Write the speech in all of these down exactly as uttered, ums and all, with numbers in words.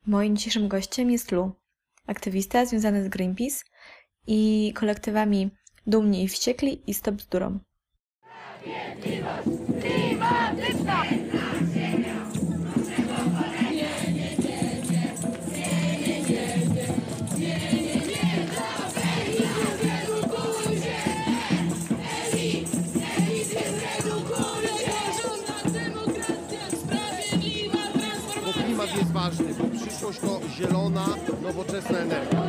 Moim dzisiejszym gościem jest Lu, aktywista związany z Greenpeace i kolektywami Dumni i Wściekli i Stop Bzdurom. Klimat jest ważny, bo przyszłość to zielona, nowoczesna energia.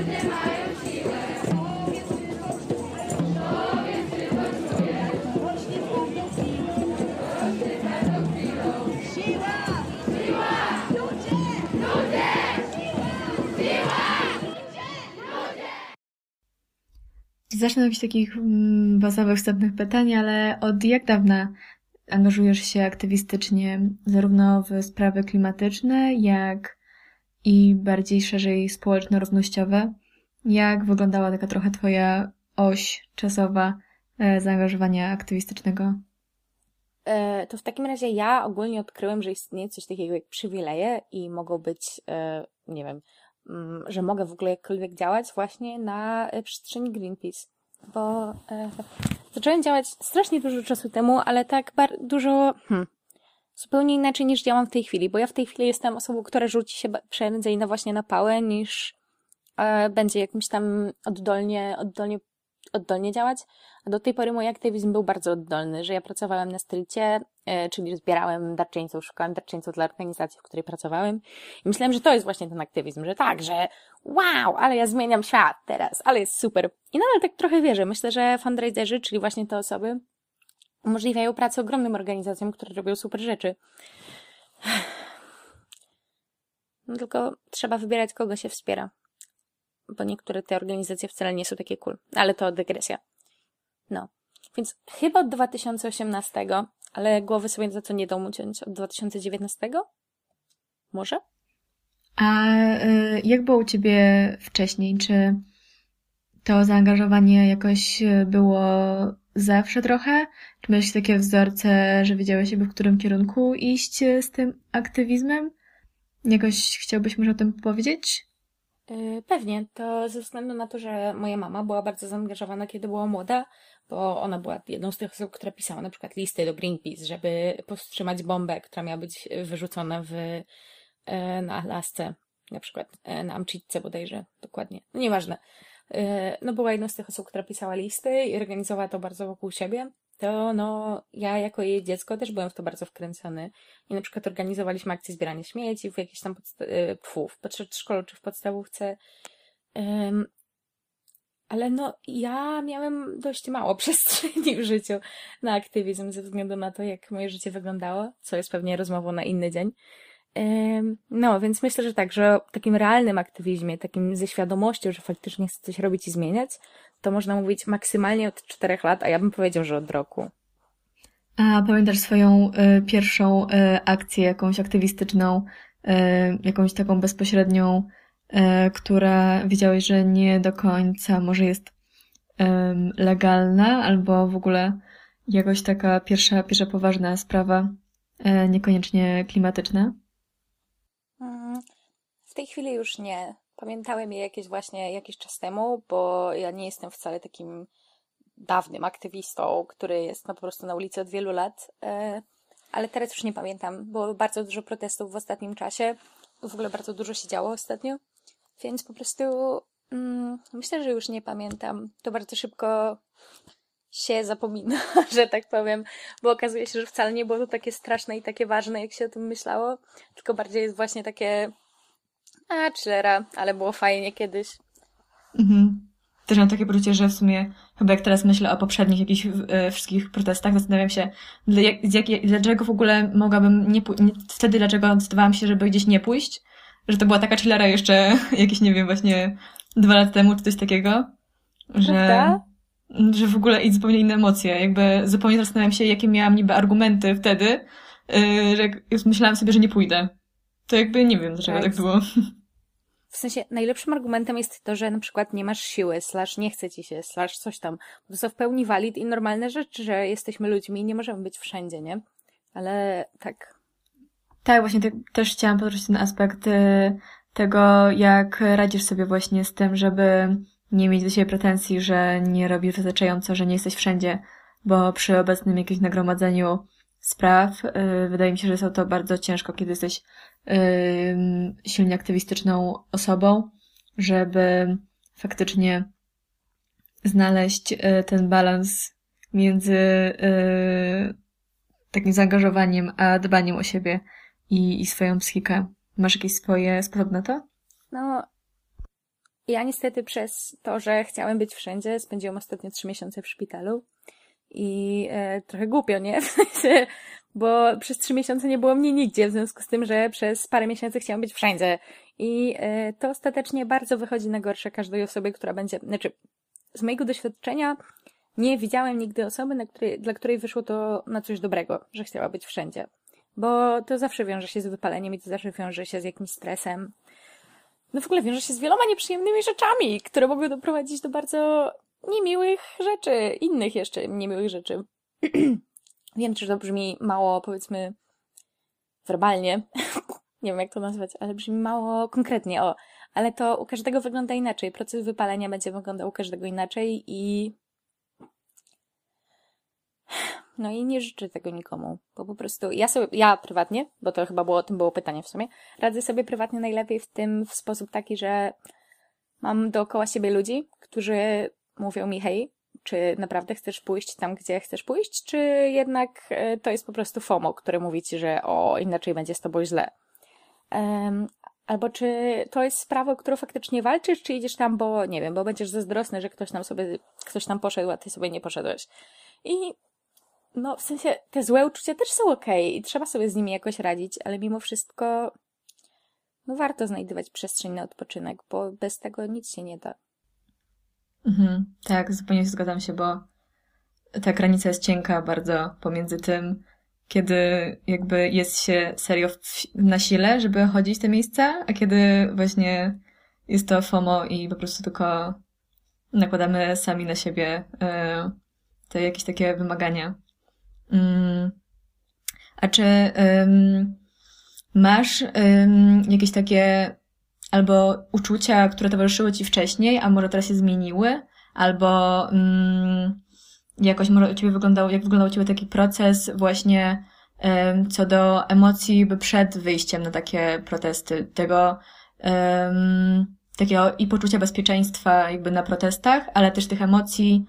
Zacznę od jakichś takich mm, bazowych, wstępnych pytań, ale od jak dawna angażujesz się aktywistycznie zarówno w sprawy klimatyczne, jak i bardziej szerzej społeczno-równościowe? Jak wyglądała taka trochę twoja oś czasowa e, zaangażowania aktywistycznego? E, to w takim razie ja ogólnie odkryłem, że istnieje coś takiego jak przywileje i mogą być, e, nie wiem, m, że mogę w ogóle jakkolwiek działać właśnie na e, przestrzeni Greenpeace. Bo e, zacząłem działać strasznie dużo czasu temu, ale tak bar- dużo, hmm, zupełnie inaczej niż działam w tej chwili, bo ja w tej chwili jestem osobą, która rzuci się ba- prędzej na właśnie na pałę, niż e, będzie jakimś tam oddolnie, oddolnie, oddolnie działać. A do tej pory mój aktywizm był bardzo oddolny, że ja pracowałam na strycie, e, czyli zbierałem darczyńców, szukałam darczyńców dla organizacji, w której pracowałem. I myślałem, że to jest właśnie ten aktywizm, że tak, że wow, ale ja zmieniam świat teraz, ale jest super. I nadal tak trochę wierzę. Myślę, że fundraiserzy, czyli właśnie te osoby, umożliwiają pracę ogromnym organizacjom, które robią super rzeczy. No tylko trzeba wybierać, kogo się wspiera. Bo niektóre te organizacje wcale nie są takie cool. Ale to dygresja. No. Więc chyba od dwa tysiące osiemnastego, ale głowy sobie za to nie dam uciąć. Od dwa tysiące dziewiętnastego? Może? A y, jak było u ciebie wcześniej? Czy to zaangażowanie jakoś było zawsze trochę? Czy miałeś takie wzorce, że wiedziałeś jakby w którym kierunku iść z tym aktywizmem? Jakoś chciałbyś może o tym powiedzieć? Yy, pewnie. To ze względu na to, że moja mama była bardzo zaangażowana, kiedy była młoda, bo ona była jedną z tych osób, która pisała na przykład listy do Greenpeace, żeby powstrzymać bombę, która miała być wyrzucona w, yy, na Alasce, na przykład yy, na Amchitce bodajże, dokładnie. No nieważne. No była jedną z tych osób, która pisała listy i organizowała to bardzo wokół siebie, to no ja jako jej dziecko też byłem w to bardzo wkręcony. I na przykład organizowaliśmy akcję zbierania śmieci w jakiejś tam podsta- pfu, w przedszkolu czy w podstawówce. Um, ale no ja miałem dość mało przestrzeni w życiu na aktywizm ze względu na to, jak moje życie wyglądało, co jest pewnie rozmową na inny dzień. No, więc myślę, że tak, że o takim realnym aktywizmie, takim ze świadomością, że faktycznie chcę coś robić i zmieniać, to można mówić maksymalnie od czterech lat, a ja bym powiedział, że od roku. A pamiętasz swoją y, pierwszą y, akcję jakąś aktywistyczną, y, jakąś taką bezpośrednią, y, która wiedziałeś, że nie do końca może jest y, legalna, albo w ogóle jakoś taka pierwsza, pierwsza poważna sprawa, y, niekoniecznie klimatyczna? W tej chwili już nie. Pamiętałem je jakieś właśnie jakiś czas temu, bo ja nie jestem wcale takim dawnym aktywistą, który jest no po prostu na ulicy od wielu lat, ale teraz już nie pamiętam. Było bardzo dużo protestów w ostatnim czasie. W ogóle bardzo dużo się działo ostatnio, więc po prostu mm, myślę, że już nie pamiętam. To bardzo szybko się zapomina, że tak powiem, bo okazuje się, że wcale nie było to takie straszne i takie ważne, jak się o tym myślało, tylko bardziej jest właśnie takie a, chillera, ale było fajnie kiedyś. Mhm. Też mam takie poczucie, że w sumie chyba jak teraz myślę o poprzednich jakichś e, wszystkich protestach, zastanawiam się, dla, jak, z jakie, dlaczego w ogóle mogłabym nie, pój- nie wtedy dlaczego zdecydowałam się, żeby gdzieś nie pójść, że to była taka chillera jeszcze jakieś, nie wiem, właśnie dwa lata temu, czy coś takiego, że, Prawda? że w ogóle i zupełnie inne emocje, jakby zupełnie zastanawiam się, jakie miałam niby argumenty wtedy, yy, że jak myślałam sobie, że nie pójdę. To jakby nie wiem, dlaczego tak, tak było. W sensie, najlepszym argumentem jest to, że na przykład nie masz siły, slash nie chce ci się, slash coś tam. To są w pełni valid i normalne rzeczy, że jesteśmy ludźmi i nie możemy być wszędzie, nie? Ale tak. Tak, właśnie te, też chciałam podkreślić ten aspekt y, tego, jak radzisz sobie właśnie z tym, żeby nie mieć do siebie pretensji, że nie robisz wystarczająco, że nie jesteś wszędzie, bo przy obecnym jakimś nagromadzeniu spraw yy, wydaje mi się, że jest to bardzo ciężko, kiedy jesteś yy, silnie aktywistyczną osobą, żeby faktycznie znaleźć yy, ten balans między yy, takim zaangażowaniem, a dbaniem o siebie i, i swoją psychikę. Masz jakieś swoje sposoby na to? No, ja niestety przez to, że chciałem być wszędzie, spędziłam ostatnio trzy miesiące w szpitalu i e, trochę głupio, nie? W sensie, bo przez trzy miesiące nie było mnie nigdzie, w związku z tym, że przez parę miesięcy chciałam być wszędzie. I e, to ostatecznie bardzo wychodzi na gorsze każdej osobie, która będzie... Znaczy, z mojego doświadczenia nie widziałem nigdy osoby, na której, dla której wyszło to na coś dobrego, że chciała być wszędzie. Bo to zawsze wiąże się z wypaleniem i to zawsze wiąże się z jakimś stresem. No w ogóle wiąże się z wieloma nieprzyjemnymi rzeczami, które mogą doprowadzić do bardzo niemiłych rzeczy, innych jeszcze niemiłych rzeczy. Wiem, że to brzmi mało, powiedzmy, werbalnie. Nie wiem, jak to nazwać, ale brzmi mało konkretnie, o. Ale to u każdego wygląda inaczej. Proces wypalenia będzie wyglądał u każdego inaczej i... No i nie życzę tego nikomu, bo po prostu ja sobie, ja prywatnie, bo to chyba było, o tym było pytanie w sumie, radzę sobie prywatnie najlepiej w tym w sposób taki, że mam dookoła siebie ludzi, którzy mówią mi, hej, czy naprawdę chcesz pójść tam, gdzie chcesz pójść, czy jednak to jest po prostu FOMO, które mówi ci, że o, inaczej będzie z tobą źle. Um, albo czy to jest sprawa, o którą faktycznie walczysz, czy idziesz tam, bo nie wiem, bo będziesz zazdrosny, że ktoś tam sobie, ktoś tam poszedł, a ty sobie nie poszedłeś. I no, w sensie, te złe uczucia też są okej okay i trzeba sobie z nimi jakoś radzić, ale mimo wszystko, no warto znajdować przestrzeń na odpoczynek, bo bez tego nic się nie da. Mhm, tak, zupełnie zgadzam się, bo ta granica jest cienka bardzo pomiędzy tym, kiedy jakby jest się serio w, na sile, żeby chodzić w te miejsca, a kiedy właśnie jest to FOMO i po prostu tylko nakładamy sami na siebie y, te jakieś takie wymagania. Mm. A czy ym, masz ym, jakieś takie albo uczucia, które towarzyszyły ci wcześniej, a może teraz się zmieniły? Albo ym, jakoś może u ciebie wyglądał, jak wyglądał u ciebie taki proces właśnie ym, co do emocji by przed wyjściem na takie protesty, tego ym, takiego i poczucia bezpieczeństwa jakby na protestach, ale też tych emocji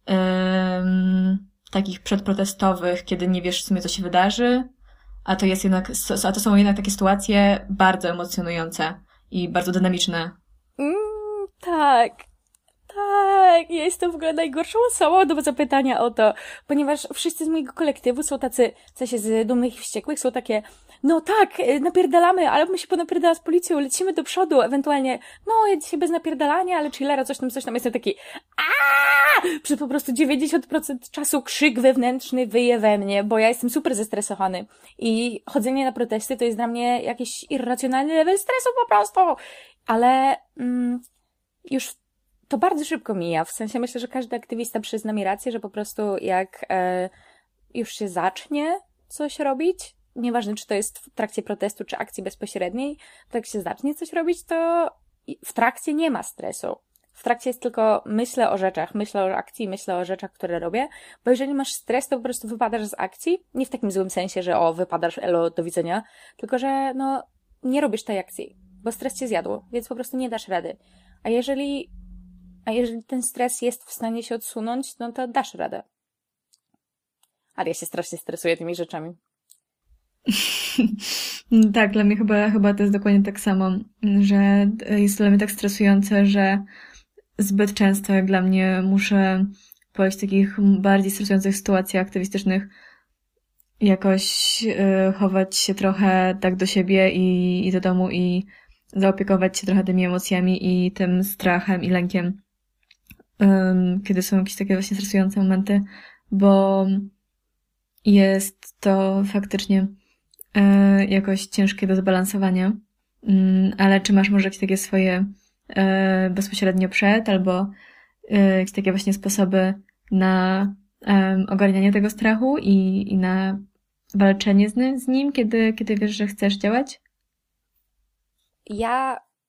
ym, takich przedprotestowych, kiedy nie wiesz w sumie, co się wydarzy, a to jest jednak, a to są jednak takie sytuacje bardzo emocjonujące i bardzo dynamiczne. Mm, tak, tak, ja jestem w ogóle najgorszą osobą do zapytania o to, ponieważ wszyscy z mojego kolektywu są tacy, w sensie z dumnych i wściekłych, są takie, no tak, napierdalamy, ale my się ponapierdala z policją, lecimy do przodu, ewentualnie, no ja dzisiaj bez napierdalania, ale chillera, coś tam, coś tam, jestem taki aaa! Przez po prostu dziewięćdziesiąt procent czasu krzyk wewnętrzny wyje we mnie, bo ja jestem super zestresowany i chodzenie na protesty to jest dla mnie jakiś irracjonalny level stresu po prostu, ale mm, już to bardzo szybko mija, w sensie myślę, że każdy aktywista przyzna mi rację, że po prostu jak e, już się zacznie coś robić, nieważne czy to jest w trakcie protestu, czy akcji bezpośredniej, to jak się zacznie coś robić, to w trakcie nie ma stresu. W trakcie jest tylko myślę o rzeczach, myślę o akcji, myślę o rzeczach, które robię, bo jeżeli masz stres, to po prostu wypadasz z akcji, nie w takim złym sensie, że o, wypadasz, elo, do widzenia, tylko że no, nie robisz tej akcji, bo stres cię zjadł, więc po prostu nie dasz rady. A jeżeli, a jeżeli ten stres jest w stanie się odsunąć, no to dasz radę. Ale ja się strasznie stresuję tymi rzeczami. Tak, dla mnie chyba, chyba to jest dokładnie tak samo, że jest dla mnie tak stresujące, że zbyt często jak dla mnie muszę po takich bardziej stresujących sytuacjach aktywistycznych jakoś y, chować się trochę tak do siebie i, i do domu i zaopiekować się trochę tymi emocjami i tym strachem i lękiem, um, kiedy są jakieś takie właśnie stresujące momenty, bo jest to faktycznie y, jakoś ciężkie do zbalansowania. Y, ale czy masz może jakieś takie swoje y, bezpośrednio przed, albo y, jakieś takie właśnie sposoby na y, ogarnianie tego strachu i, i na walczenie z, z nim, kiedy, kiedy wiesz, że chcesz działać? Ja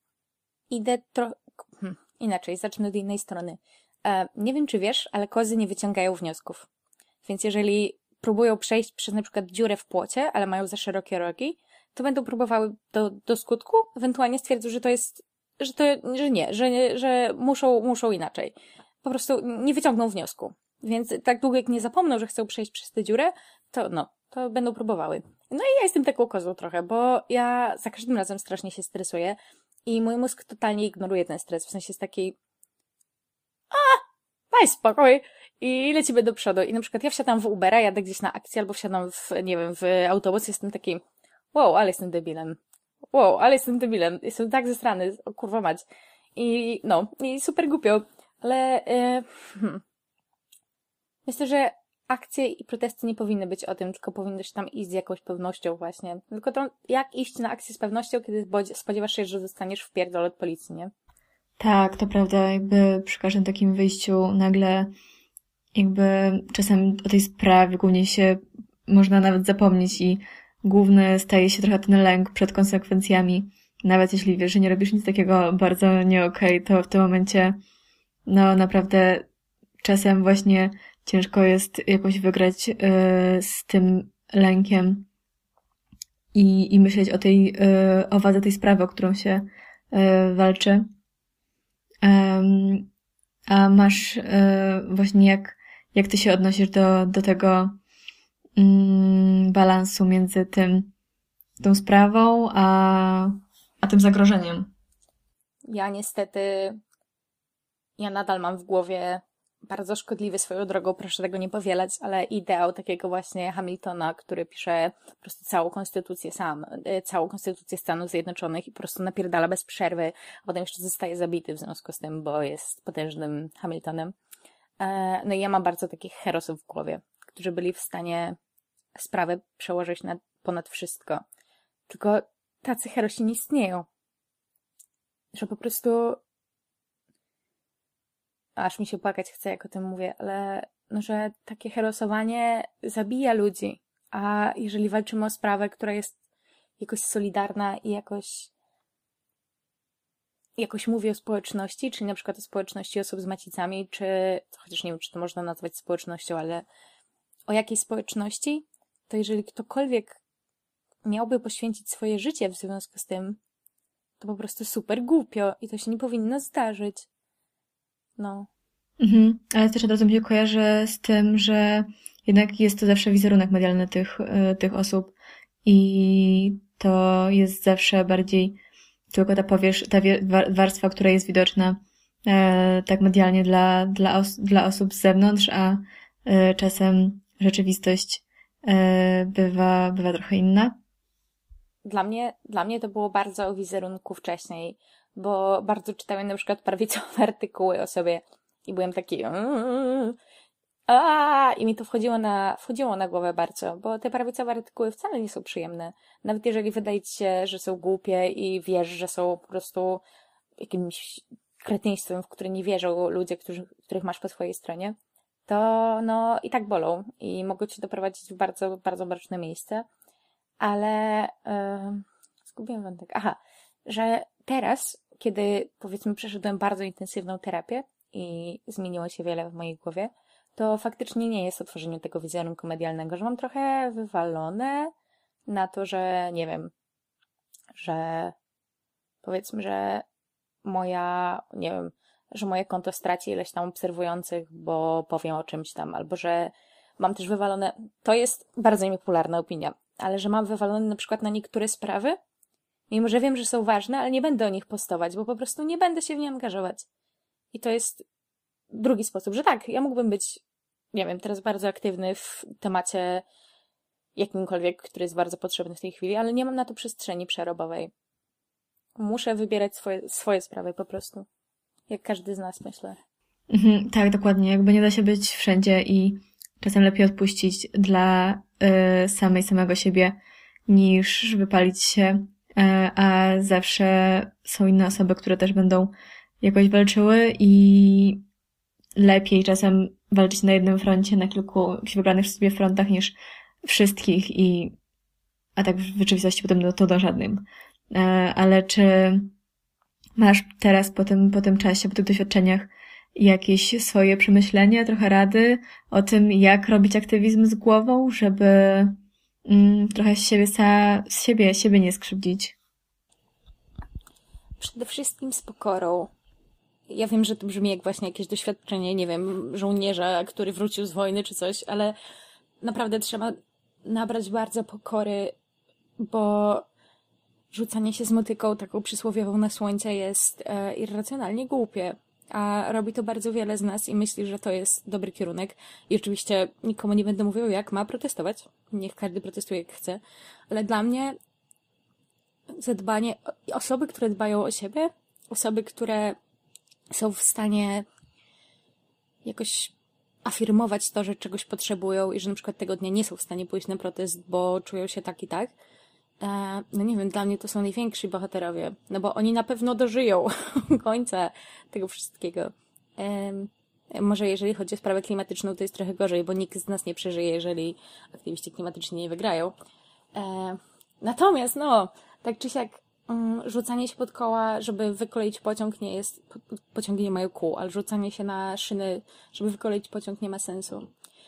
idę trochę... Hmm, inaczej, zacznę od innej strony. E, nie wiem, czy wiesz, ale kozy nie wyciągają wniosków. Więc jeżeli próbują przejść przez na przykład dziurę w płocie, ale mają za szerokie rogi, to będą próbowały do, do skutku, ewentualnie stwierdzą, że to jest, że to, że nie, że, że muszą, muszą inaczej. Po prostu nie wyciągną wniosku. Więc tak długo jak nie zapomną, że chcą przejść przez tę dziurę, to no, to będą próbowały. No i ja jestem taką kozą trochę, bo ja za każdym razem strasznie się stresuję i mój mózg totalnie ignoruje ten stres, w sensie jest taki daj spokój i lecimy do przodu. I na przykład ja wsiadam w Ubera, jadę gdzieś na akcję albo wsiadam w, nie wiem, w autobus, jestem taki wow, ale jestem debilem. Wow, ale jestem debilem. Jestem tak zesrany, o kurwa mać. I no, i super głupio. Ale yy, hmm. myślę, że akcje i protesty nie powinny być o tym, tylko powinny się tam iść z jakąś pewnością właśnie. Tylko to jak iść na akcję z pewnością, kiedy spodziewasz się, że zostaniesz w pierdol od policji, nie? Tak, to prawda, jakby przy każdym takim wyjściu nagle jakby czasem o tej sprawie głównie się można nawet zapomnieć i główny staje się trochę ten lęk przed konsekwencjami. Nawet jeśli wiesz, że nie robisz nic takiego bardzo nie okej, to w tym momencie no naprawdę czasem właśnie ciężko jest jakoś wygrać yy, z tym lękiem i, i myśleć o tej, yy, o wadze tej sprawy, o którą się yy, walczy. Um, a masz yy, właśnie jak, jak ty się odnosisz do, do tego mm, balansu między tym, tą sprawą, a, a tym zagrożeniem? Ja niestety, ja nadal mam w głowie bardzo szkodliwy swoją drogą, proszę tego nie powielać, ale ideał takiego właśnie Hamiltona, który pisze po prostu całą konstytucję sam, całą konstytucję Stanów Zjednoczonych i po prostu napierdala bez przerwy, a potem jeszcze zostaje zabity w związku z tym, bo jest potężnym Hamiltonem. No i ja mam bardzo takich herosów w głowie, którzy byli w stanie sprawę przełożyć na ponad wszystko. Tylko tacy herosi nie istnieją. Że po prostu aż mi się płakać chce, jak o tym mówię, ale no, że takie herosowanie zabija ludzi, a jeżeli walczymy o sprawę, która jest jakoś solidarna i jakoś jakoś mówi o społeczności, czyli na przykład o społeczności osób z macicami, czy, chociaż nie wiem, czy to można nazwać społecznością, ale o jakiej społeczności, to jeżeli ktokolwiek miałby poświęcić swoje życie w związku z tym, to po prostu super głupio i to się nie powinno zdarzyć. No. Mhm, ale też od razu mi się kojarzy z tym, że jednak jest to zawsze wizerunek medialny tych, tych osób i to jest zawsze bardziej tylko ta powiesz, ta warstwa, która jest widoczna e, tak medialnie dla, dla, os- dla osób z zewnątrz, a e, czasem rzeczywistość e, bywa, bywa trochę inna. Dla mnie, dla mnie to było bardzo o wizerunku wcześniej, bo bardzo czytałem na przykład prawicowe artykuły o sobie i byłem taki a i mi to wchodziło na, wchodziło na głowę bardzo, bo te prawicowe artykuły wcale nie są przyjemne. Nawet jeżeli wydaje ci się, że są głupie i wiesz, że są po prostu jakimś kretyństwem, w które nie wierzą ludzie, którzy, których masz po swojej stronie, to no i tak bolą i mogą cię doprowadzić w bardzo, bardzo mroczne miejsce. Ale yy, zgubiłem wątek. Aha, że teraz, kiedy powiedzmy przeszedłem bardzo intensywną terapię i zmieniło się wiele w mojej głowie, to faktycznie nie jest o tworzeniu tego wizerunku medialnego, że mam trochę wywalone na to, że nie wiem, że powiedzmy, że moja, nie wiem, że moje konto straci ileś tam obserwujących, bo powiem o czymś tam, albo że mam też wywalone, to jest bardzo niepopularna opinia, ale że mam wywalone na przykład na niektóre sprawy, mimo że wiem, że są ważne, ale nie będę o nich postować, bo po prostu nie będę się w nie angażować. I to jest drugi sposób, że tak, ja mógłbym być, nie wiem, teraz bardzo aktywny w temacie jakimkolwiek, który jest bardzo potrzebny w tej chwili, ale nie mam na to przestrzeni przerobowej. Muszę wybierać swoje, swoje sprawy po prostu. Jak każdy z nas, myślę. Mhm, tak, dokładnie. Jakby nie da się być wszędzie i czasem lepiej odpuścić dla y, samej, samego siebie, niż wypalić się, y, a zawsze są inne osoby, które też będą jakoś walczyły i lepiej czasem walczyć na jednym froncie, na kilku wybranych przez siebie frontach, niż wszystkich i a tak w rzeczywistości potem to do żadnym. Y, ale czy masz teraz po tym, po tym czasie, po tych doświadczeniach jakieś swoje przemyślenia, trochę rady o tym, jak robić aktywizm z głową, żeby mm, trochę z siebie, sa, z siebie, siebie nie skrzywdzić? Przede wszystkim z pokorą. Ja wiem, że to brzmi jak właśnie jakieś doświadczenie, nie wiem, żołnierza, który wrócił z wojny czy coś, ale naprawdę trzeba nabrać bardzo pokory, bo rzucanie się z motyką taką przysłowiową na słońce jest e, irracjonalnie głupie, a robi to bardzo wiele z nas i myśli, że to jest dobry kierunek. I oczywiście nikomu nie będę mówił, jak ma protestować. Niech każdy protestuje jak chce, ale dla mnie zadbanie, osoby, które dbają o siebie, osoby, które są w stanie jakoś afirmować to, że czegoś potrzebują i że na przykład tego dnia nie są w stanie pójść na protest, bo czują się tak i tak. E, no nie wiem, dla mnie to są najwięksi bohaterowie, no bo oni na pewno dożyją końca tego wszystkiego. E, może jeżeli chodzi o sprawę klimatyczną, to jest trochę gorzej, bo nikt z nas nie przeżyje, jeżeli aktywiści klimatyczni nie wygrają. E, natomiast no, tak czy siak rzucanie się pod koła, żeby wykoleić pociąg nie jest, pociągi nie mają kół, ale rzucanie się na szyny, żeby wykoleić pociąg nie ma sensu.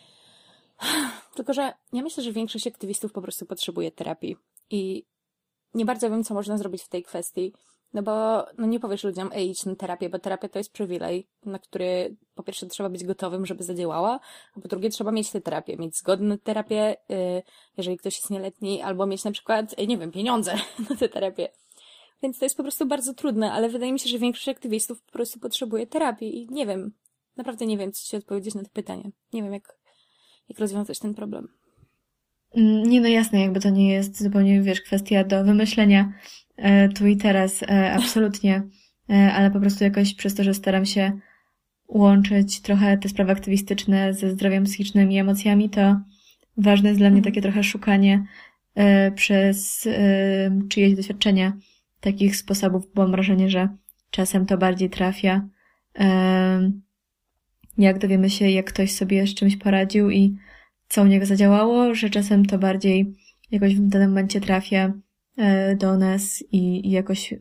Tylko, że ja myślę, że większość aktywistów po prostu potrzebuje terapii i nie bardzo wiem, co można zrobić w tej kwestii, no bo no nie powiesz ludziom, ej, idź na terapię, bo terapia to jest przywilej, na który po pierwsze trzeba być gotowym, żeby zadziałała, a po drugie trzeba mieć tę terapię, mieć zgodę na terapię, jeżeli ktoś jest nieletni, albo mieć na przykład, nie wiem, pieniądze na tę terapię. Więc to jest po prostu bardzo trudne, ale wydaje mi się, że większość aktywistów po prostu potrzebuje terapii i nie wiem, naprawdę nie wiem, co ci odpowiedzieć na to pytanie. Nie wiem, jak, jak rozwiązać ten problem. Nie, no jasne, jakby to nie jest zupełnie, wiesz, kwestia do wymyślenia e, tu i teraz, e, absolutnie, e, ale po prostu jakoś przez to, że staram się łączyć trochę te sprawy aktywistyczne ze zdrowiem psychicznym i emocjami, to ważne jest dla mnie takie trochę szukanie e, przez e, czyjeś doświadczenia takich sposobów, bo mam wrażenie, że czasem to bardziej trafia, e, jak dowiemy się, jak ktoś sobie z czymś poradził i co u niego zadziałało, że czasem to bardziej jakoś w danym momencie trafia e, do nas i, i jakoś e,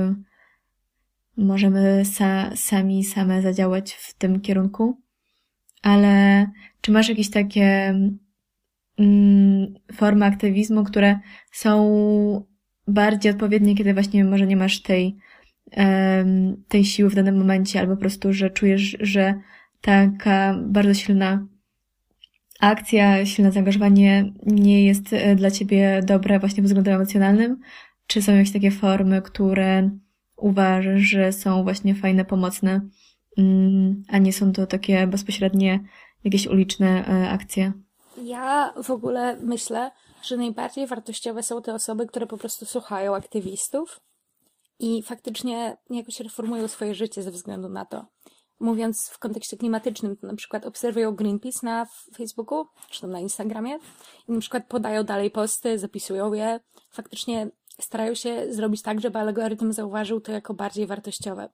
możemy sa, sami, same zadziałać w tym kierunku. Ale czy masz jakieś takie mm, formy aktywizmu, które są bardziej odpowiednie, kiedy właśnie może nie masz tej, e, tej siły w danym momencie, albo po prostu, że czujesz, że taka bardzo silna akcja, silne zaangażowanie nie jest dla ciebie dobre właśnie pod względem emocjonalnym? Czy są jakieś takie formy, które uważasz, że są właśnie fajne, pomocne, a nie są to takie bezpośrednie jakieś uliczne akcje? Ja w ogóle myślę, że najbardziej wartościowe są te osoby, które po prostu słuchają aktywistów i faktycznie jakoś reformują swoje życie ze względu na to. Mówiąc w kontekście klimatycznym, to na przykład obserwują Greenpeace na Facebooku, czy tam na Instagramie i na przykład podają dalej posty, zapisują je. Faktycznie starają się zrobić tak, żeby algorytm zauważył to jako bardziej wartościowe.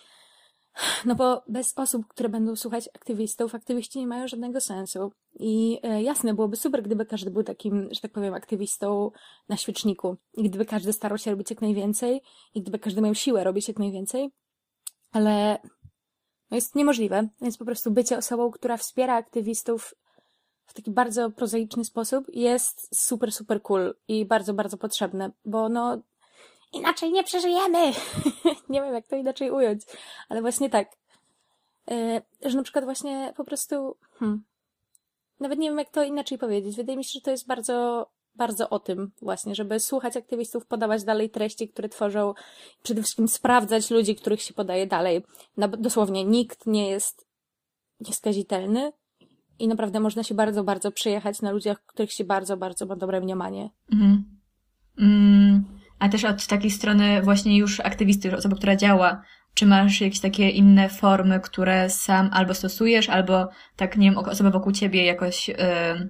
No bo bez osób, które będą słuchać aktywistów, aktywiści nie mają żadnego sensu. I e, jasne, byłoby super, gdyby każdy był takim, że tak powiem, aktywistą na świeczniku. I gdyby każdy starał się robić jak najwięcej i gdyby każdy miał siłę robić jak najwięcej. Ale no jest niemożliwe, więc po prostu bycie osobą, która wspiera aktywistów w taki bardzo prozaiczny sposób jest super, super cool i bardzo, bardzo potrzebne, bo no inaczej nie przeżyjemy. Nie wiem, jak to inaczej ująć, ale właśnie tak, yy, że na przykład właśnie po prostu hmm, nawet nie wiem, jak to inaczej powiedzieć. Wydaje mi się, że to jest bardzo, bardzo o tym właśnie, żeby słuchać aktywistów, podawać dalej treści, które tworzą, przede wszystkim sprawdzać ludzi, których się podaje dalej. No, dosłownie nikt nie jest nieskazitelny i naprawdę można się bardzo, bardzo przejechać na ludziach, których się bardzo, bardzo ma dobre mniemanie. Mhm. Mm, a też od takiej strony właśnie już aktywisty, osoby, która działa, czy masz jakieś takie inne formy, które sam albo stosujesz, albo tak, nie wiem, osoby wokół ciebie jakoś yy,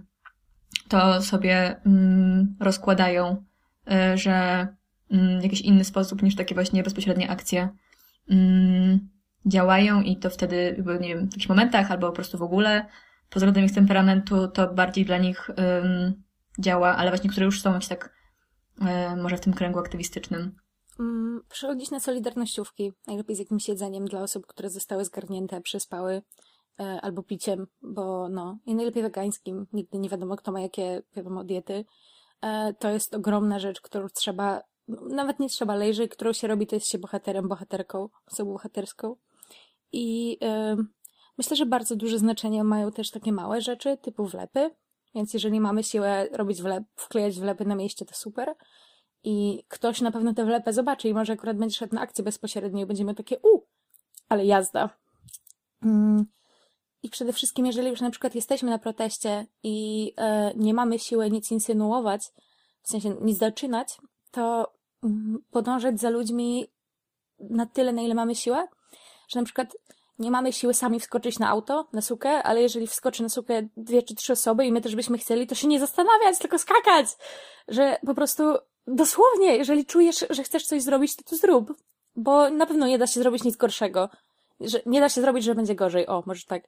to sobie mm, rozkładają, yy, że mm, w jakiś inny sposób niż takie właśnie bezpośrednie akcje mm, działają i to wtedy, jakby, nie wiem, w jakichś momentach albo po prostu w ogóle pod względem ich temperamentu to bardziej dla nich yy, działa, ale właśnie które już są jakieś tak yy, może w tym kręgu aktywistycznym. Mm, przechodzić na solidarnościówki, najlepiej z jakimś jedzeniem dla osób, które zostały zgarnięte, przespały, e, albo piciem, bo no, i najlepiej wegańskim, nigdy nie wiadomo, kto ma jakie, wiadomo, diety. E, to jest ogromna rzecz, którą trzeba, no, nawet nie trzeba, ale jeżeli którą się robi, to jest się bohaterem, bohaterką, osobą bohaterską. I e, myślę, że bardzo duże znaczenie mają też takie małe rzeczy, typu wlepy, więc jeżeli mamy siłę robić wlep, wklejać wlepy na mieście, to super. I ktoś na pewno tę wlepę zobaczy i może akurat będzie szedł na akcję bezpośrednio i będziemy takie, u, ale jazda. Mm. I przede wszystkim, jeżeli już na przykład jesteśmy na proteście i e, nie mamy siły nic insynuować, w sensie nic zaczynać, to mm, podążać za ludźmi na tyle, na ile mamy siłę, że na przykład nie mamy siły sami wskoczyć na auto, na sukę, ale jeżeli wskoczy na sukę dwie czy trzy osoby i my też byśmy chcieli, to się nie zastanawiać, tylko skakać, że po prostu dosłownie, jeżeli czujesz, że chcesz coś zrobić, to to zrób, bo na pewno nie da się zrobić nic gorszego, że nie da się zrobić, że będzie gorzej, o, może tak.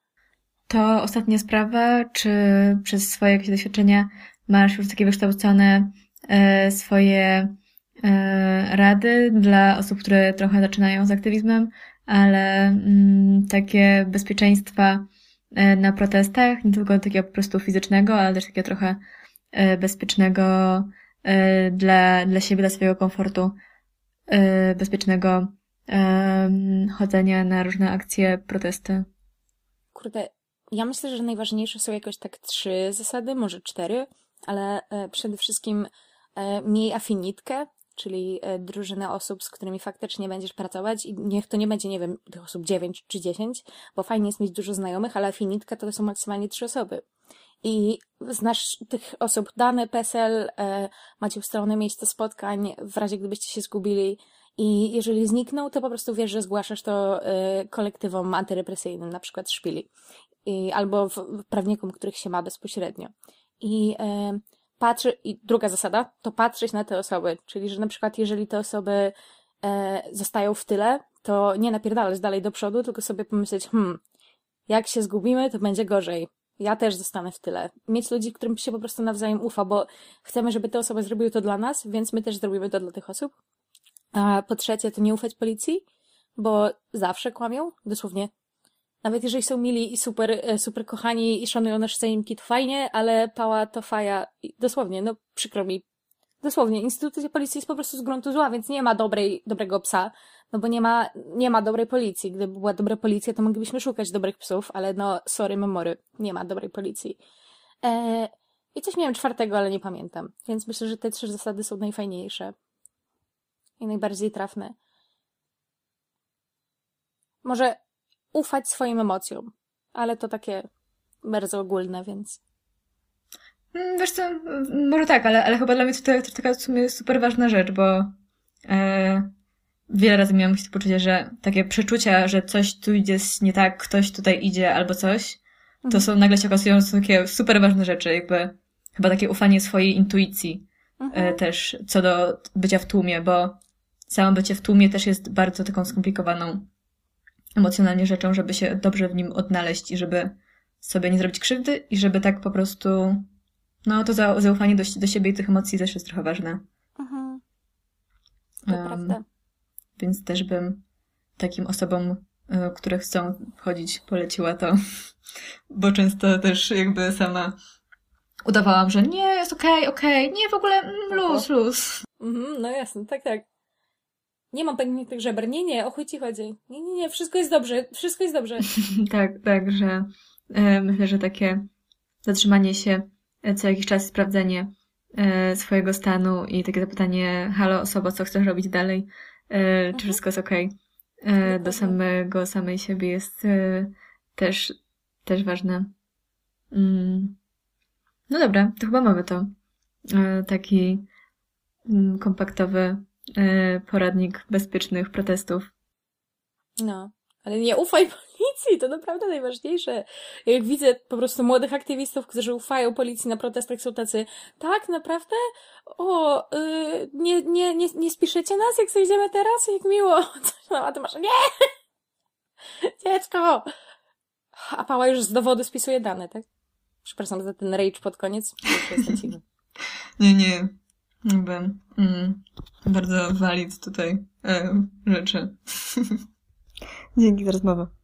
To ostatnia sprawa, czy przez swoje jakieś doświadczenia masz już takie wykształcone e, swoje e, rady dla osób, które trochę zaczynają z aktywizmem, ale mm, takie bezpieczeństwa e, na protestach, nie tylko takiego po prostu fizycznego, ale też takiego trochę e, bezpiecznego e, dla, dla siebie, dla swojego komfortu, e, bezpiecznego e, chodzenia na różne akcje, protesty. Kurde, ja myślę, że najważniejsze są jakoś tak trzy zasady, może cztery, ale e, przede wszystkim e, miej afinitkę, czyli e, drużynę osób, z którymi faktycznie będziesz pracować i niech to nie będzie, nie wiem, tych osób dziewięć czy dziesięć, bo fajnie jest mieć dużo znajomych, ale afinitka to, to są maksymalnie trzy osoby. I znasz tych osób dane, PESEL, e, macie ustalone miejsce spotkań, w razie gdybyście się zgubili i jeżeli znikną, to po prostu wiesz, że zgłaszasz to e, kolektywom antyrepresyjnym, na przykład szpili. I, albo w, w prawnikom, których się ma bezpośrednio. I e, patrzy, i druga zasada, to patrzeć na te osoby, czyli że na przykład jeżeli te osoby e, zostają w tyle, to nie napierdalać dalej do przodu, tylko sobie pomyśleć, hmm, jak się zgubimy, to będzie gorzej. Ja też zostanę w tyle. Mieć ludzi, którym się po prostu nawzajem ufa, bo chcemy, żeby te osoby zrobiły to dla nas, więc my też zrobimy to dla tych osób. A po trzecie, to nie ufać policji, bo zawsze kłamią, dosłownie. Nawet jeżeli są mili i super, super kochani i szanują nasze zajmiki, to fajnie, ale pała to faja. Dosłownie, no przykro mi. Dosłownie, instytucja policji jest po prostu z gruntu zła, więc nie ma dobrej, dobrego psa, no bo nie ma, nie ma dobrej policji. Gdyby była dobra policja, to moglibyśmy szukać dobrych psów, ale no, sorry memory, nie ma dobrej policji. Eee, I coś miałem czwartego, ale nie pamiętam. Więc myślę, że te trzy zasady są najfajniejsze i najbardziej trafne. Może ufać swoim emocjom, ale to takie bardzo ogólne, więc... Wiesz co, może tak, ale, ale chyba dla mnie to, to, to taka w sumie super ważna rzecz, bo e, wiele razy miałam takie poczucie, że takie przeczucia, że coś tu idzie nie tak, ktoś tutaj idzie albo coś, to mhm. są nagle się okazują, że są takie super ważne rzeczy, jakby chyba takie ufanie swojej intuicji mhm. e, też co do bycia w tłumie, bo samo bycie w tłumie też jest bardzo taką skomplikowaną emocjonalnie rzeczą, żeby się dobrze w nim odnaleźć i żeby sobie nie zrobić krzywdy i żeby tak po prostu no to za, zaufanie do, do siebie i tych emocji też jest trochę ważne. Mhm. To um, prawda. Więc też bym takim osobom, które chcą chodzić, poleciła to, bo często też jakby sama udawałam, że nie, jest okej, okay, okej, okay, nie, w ogóle luz, luz. Mhm, no jasne, tak, tak. Nie mam pękniętych żeber. Nie, nie, o chuj ci chodzi. Nie, nie, nie, wszystko jest dobrze, wszystko jest dobrze. tak, tak, że e, myślę, że takie zatrzymanie się co jakiś czas, sprawdzenie e, swojego stanu i takie zapytanie, halo osoba, co chcesz robić dalej, e, mhm. czy wszystko jest okej. Okay. Do samego, samej siebie jest e, też, też ważne. Mm. No dobra, to chyba mamy to. E, taki mm, kompaktowy e, poradnik bezpiecznych protestów. No, ale nie ufaj policji, to naprawdę najważniejsze. Jak widzę po prostu młodych aktywistów, którzy ufają policji na protestach, są tacy, tak, naprawdę? O, yy, nie, nie, nie, nie spiszecie nas, jak zejdziemy teraz? Jak miło. No, a ty masz, nie! Dziecko! A Pała już z dowodu spisuje dane, tak? Przepraszam za ten rage pod koniec. Już jestem cicho. Nie, nie. Jakby, mm, bardzo valid tutaj e, rzeczy. Dzięki za rozmowę.